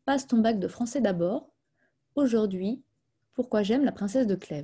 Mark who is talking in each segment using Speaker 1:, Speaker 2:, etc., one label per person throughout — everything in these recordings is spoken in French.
Speaker 1: Passe ton bac de français d'abord. Aujourd'hui, pourquoi j'aime La Princesse de Clèves.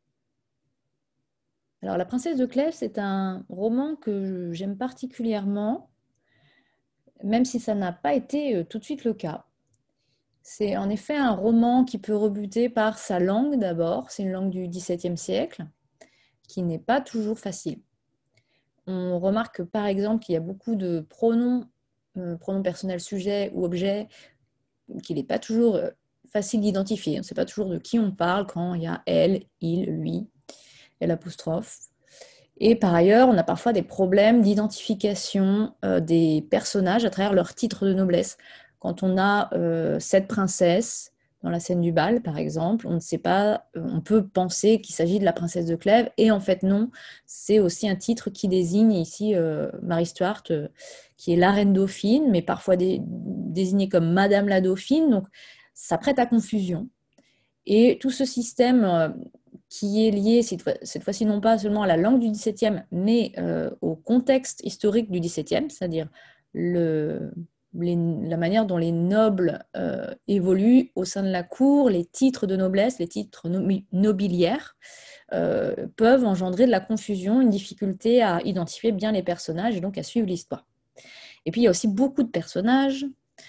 Speaker 1: Alors, La Princesse de Clèves, c'est un roman que j'aime particulièrement, même si ça n'a pas été tout de suite le cas. C'est en effet un roman qui peut rebuter par sa langue d'abord. C'est une langue du XVIIe siècle qui n'est pas toujours facile. On remarque par exemple qu'il y a beaucoup de pronoms personnels sujets ou objets, qu'il n'est pas toujours facile d'identifier. On ne sait pas toujours de qui on parle quand il y a elle, il, lui, et l'apostrophe. Et par ailleurs, on a parfois des problèmes d'identification des personnages à travers leur titre de noblesse. Quand on a cette princesse dans la scène du bal, par exemple, on ne sait pas, on peut penser qu'il s'agit de la princesse de Clèves, et en fait non, c'est aussi un titre qui désigne ici Marie Stuart, qui est la reine dauphine, mais parfois désignée comme Madame la dauphine, donc ça prête à confusion. Et tout ce système qui est lié, cette fois-ci, non pas seulement à la langue du XVIIe, mais au contexte historique du XVIIe, c'est-à-dire la manière dont les nobles évoluent au sein de la cour, les titres de noblesse, les titres nobiliaires, peuvent engendrer de la confusion, une difficulté à identifier bien les personnages et donc à suivre l'histoire. Et puis, il y a aussi beaucoup de personnages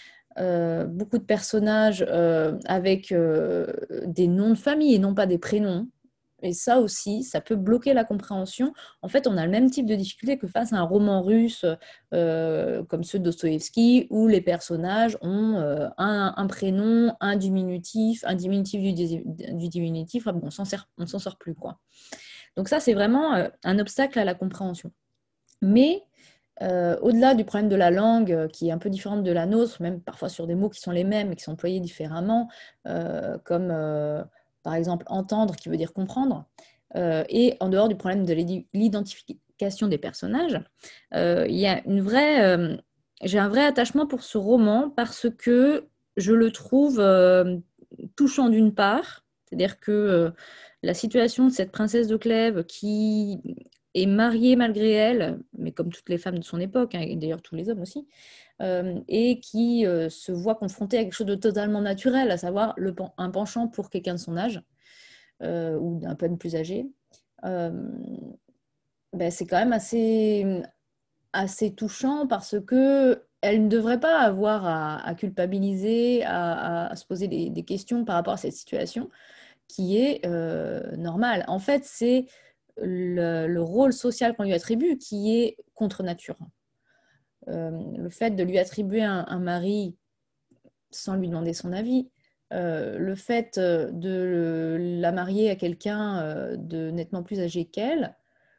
Speaker 1: avec des noms de famille et non pas des prénoms. Et ça aussi, ça peut bloquer la compréhension. En fait, on a le même type de difficulté que face à un roman russe comme ceux de Dostoïevski, où les personnages ont un prénom, un diminutif du diminutif. Ah bon, on s'en sort plus, quoi. Donc ça, c'est vraiment un obstacle à la compréhension. Mais au-delà du problème de la langue, qui est un peu différente de la nôtre, même parfois sur des mots qui sont les mêmes et qui sont employés différemment, comme par exemple entendre, qui veut dire comprendre, et en dehors du problème de l'identification des personnages, il y a j'ai un vrai attachement pour ce roman parce que je le trouve touchant d'une part, c'est-à-dire que la situation de cette princesse de Clèves qui est mariée malgré elle, mais comme toutes les femmes de son époque, hein, et d'ailleurs tous les hommes aussi, et qui se voit confrontée à quelque chose de totalement naturel, à savoir un penchant pour quelqu'un de son âge, ou d'un peu plus âgé. Euh, c'est quand même assez touchant parce que elle ne devrait pas avoir à culpabiliser, à se poser des questions par rapport à cette situation qui est normale. En fait, c'est le rôle social qu'on lui attribue qui est contre nature. Le fait de lui attribuer un mari sans lui demander son avis, le fait de la marier à quelqu'un de nettement plus âgé qu'elle,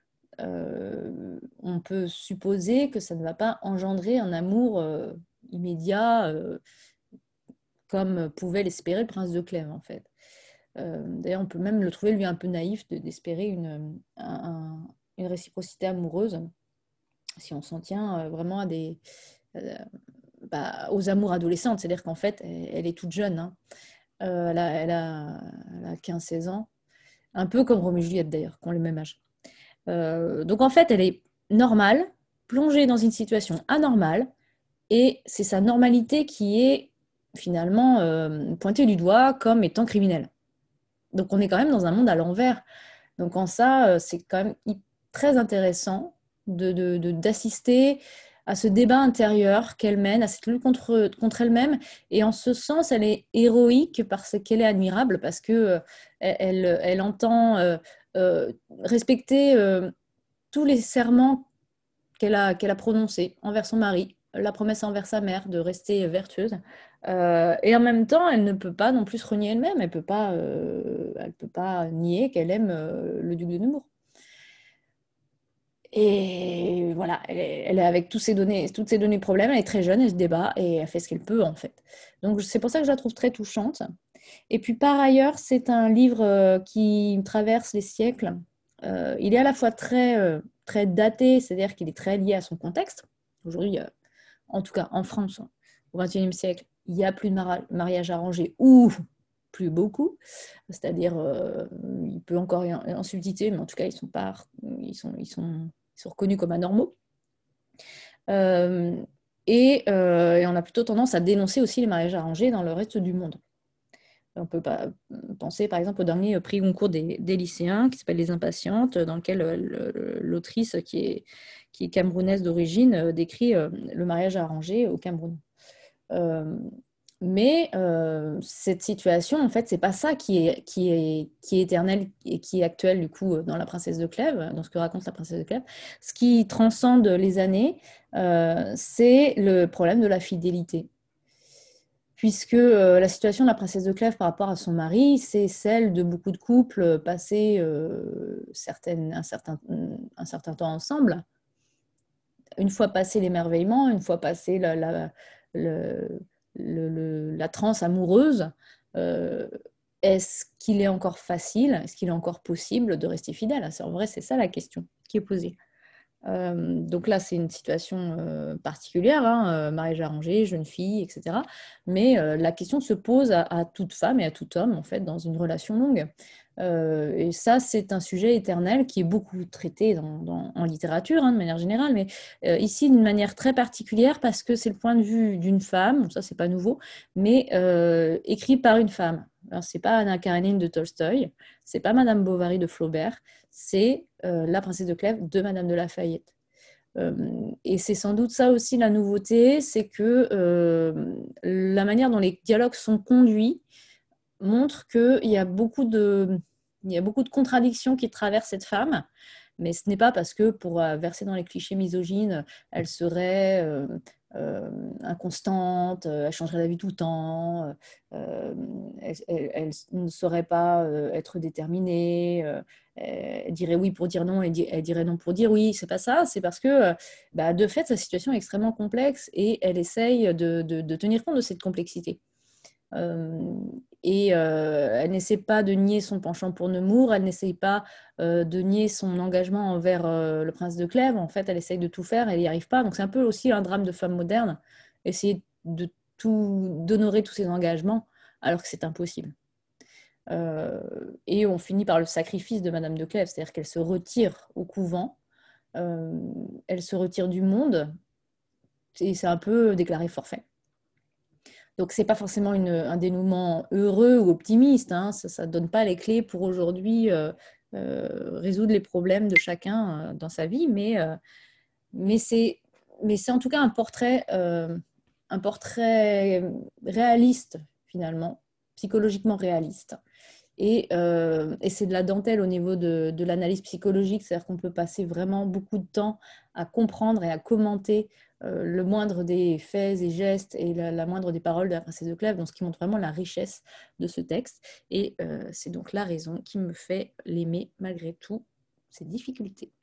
Speaker 1: on peut supposer que ça ne va pas engendrer un amour immédiat comme pouvait l'espérer le prince de Clèves, en fait. D'ailleurs, on peut même le trouver, lui, un peu naïf d'espérer une réciprocité amoureuse, si on s'en tient vraiment à euh, aux amours adolescentes. C'est-à-dire qu'en fait, elle est toute jeune, hein. Elle a 15-16 ans, un peu comme Roméo et Juliette, d'ailleurs, qui ont le même âge. Donc, en fait, elle est normale, plongée dans une situation anormale, et c'est sa normalité qui est finalement pointée du doigt comme étant criminelle. Donc on est quand même dans un monde à l'envers. Donc en ça, c'est quand même très intéressant d'assister à ce débat intérieur qu'elle mène, à cette lutte contre elle-même. Et en ce sens, elle est héroïque parce qu'elle est admirable, parce que elle entend respecter tous les serments qu'elle a prononcés envers son mari, la promesse envers sa mère de rester vertueuse. Et en même temps, elle ne peut pas non plus se renier elle-même. Elle peut pas nier qu'elle aime le duc de Nemours. Et voilà, elle est avec toutes ces données problèmes, elle est très jeune, elle se débat et elle fait ce qu'elle peut en fait. Donc c'est pour ça que je la trouve très touchante. Et puis par ailleurs, c'est un livre qui traverse les siècles. Il est à la fois très daté, c'est-à-dire qu'il est très lié à son contexte. Aujourd'hui, en tout cas en France, au XXIe siècle, il n'y a plus de mariage arrangé ou plus beaucoup. C'est-à-dire, il peut encore y en subsister, mais en tout cas, ils sont reconnus comme anormaux. Et on a plutôt tendance à dénoncer aussi les mariages arrangés dans le reste du monde. On peut pas penser par exemple au dernier prix Goncourt des lycéens qui s'appelle Les Impatientes, dans lequel l'autrice qui est camerounaise d'origine décrit le mariage arrangé au Cameroun. Euh, mais cette situation, en fait, c'est pas ça qui est éternel et qui est actuel du coup dans La Princesse de Clèves, dans ce que raconte La Princesse de Clèves. Ce qui transcende les années, c'est le problème de la fidélité. Puisque la situation de la princesse de Clèves par rapport à son mari, c'est celle de beaucoup de couples passés un certain temps ensemble. Une fois passé l'émerveillement, une fois passé le- la transe amoureuse, euh, est-ce qu'il est encore facile, est-ce qu'il est encore possible de rester fidèle? En vrai, c'est ça la question qui est posée. Donc là, c'est une situation particulière, hein, mariage arrangé, jeune fille, etc. Mais la question se pose à toute femme et à tout homme, en fait, dans une relation longue. Et ça, c'est un sujet éternel qui est beaucoup traité en littérature, hein, de manière générale, mais ici d'une manière très particulière parce que c'est le point de vue d'une femme, ça, c'est pas nouveau, mais écrit par une femme. Alors, c'est pas Anna Karenine de Tolstoï, c'est pas Madame Bovary de Flaubert, c'est La Princesse de Clèves de Madame de Lafayette. Et c'est sans doute ça aussi la nouveauté, c'est que la manière dont les dialogues sont conduits montre il y a beaucoup de contradictions qui traversent cette femme, mais ce n'est pas parce que pour verser dans les clichés misogynes, elle serait inconstante, elle changerait d'avis tout le temps, elle ne saurait pas être déterminée, elle dirait oui pour dire non et elle dirait non pour dire oui. C'est pas ça, c'est parce que bah, de fait, sa situation est extrêmement complexe et elle essaye de tenir compte de cette complexité. Euh, et elle n'essaie pas de nier son penchant pour Nemours, elle n'essaie pas de nier son engagement envers le prince de Clèves. En fait, elle essaye de tout faire, elle n'y arrive pas. Donc c'est un peu aussi un drame de femme moderne, essayer d'honorer tous ses engagements alors que c'est impossible. Et on finit par le sacrifice de Madame de Clèves, c'est-à-dire qu'elle se retire au couvent, euh, elle se retire du monde, et c'est un peu déclaré forfait. Donc, c'est pas forcément un dénouement heureux ou optimiste, hein. Ça ne donne pas les clés pour aujourd'hui résoudre les problèmes de chacun dans sa vie, mais c'est, mais c'est en tout cas un portrait réaliste, finalement, psychologiquement réaliste. Et c'est de la dentelle au niveau de l'analyse psychologique, c'est-à-dire qu'on peut passer vraiment beaucoup de temps à comprendre et à commenter le moindre des faits et gestes et la moindre des paroles de la princesse de Clèves, donc ce qui montre vraiment la richesse de ce texte. Et c'est donc la raison qui me fait l'aimer malgré tout ses difficultés.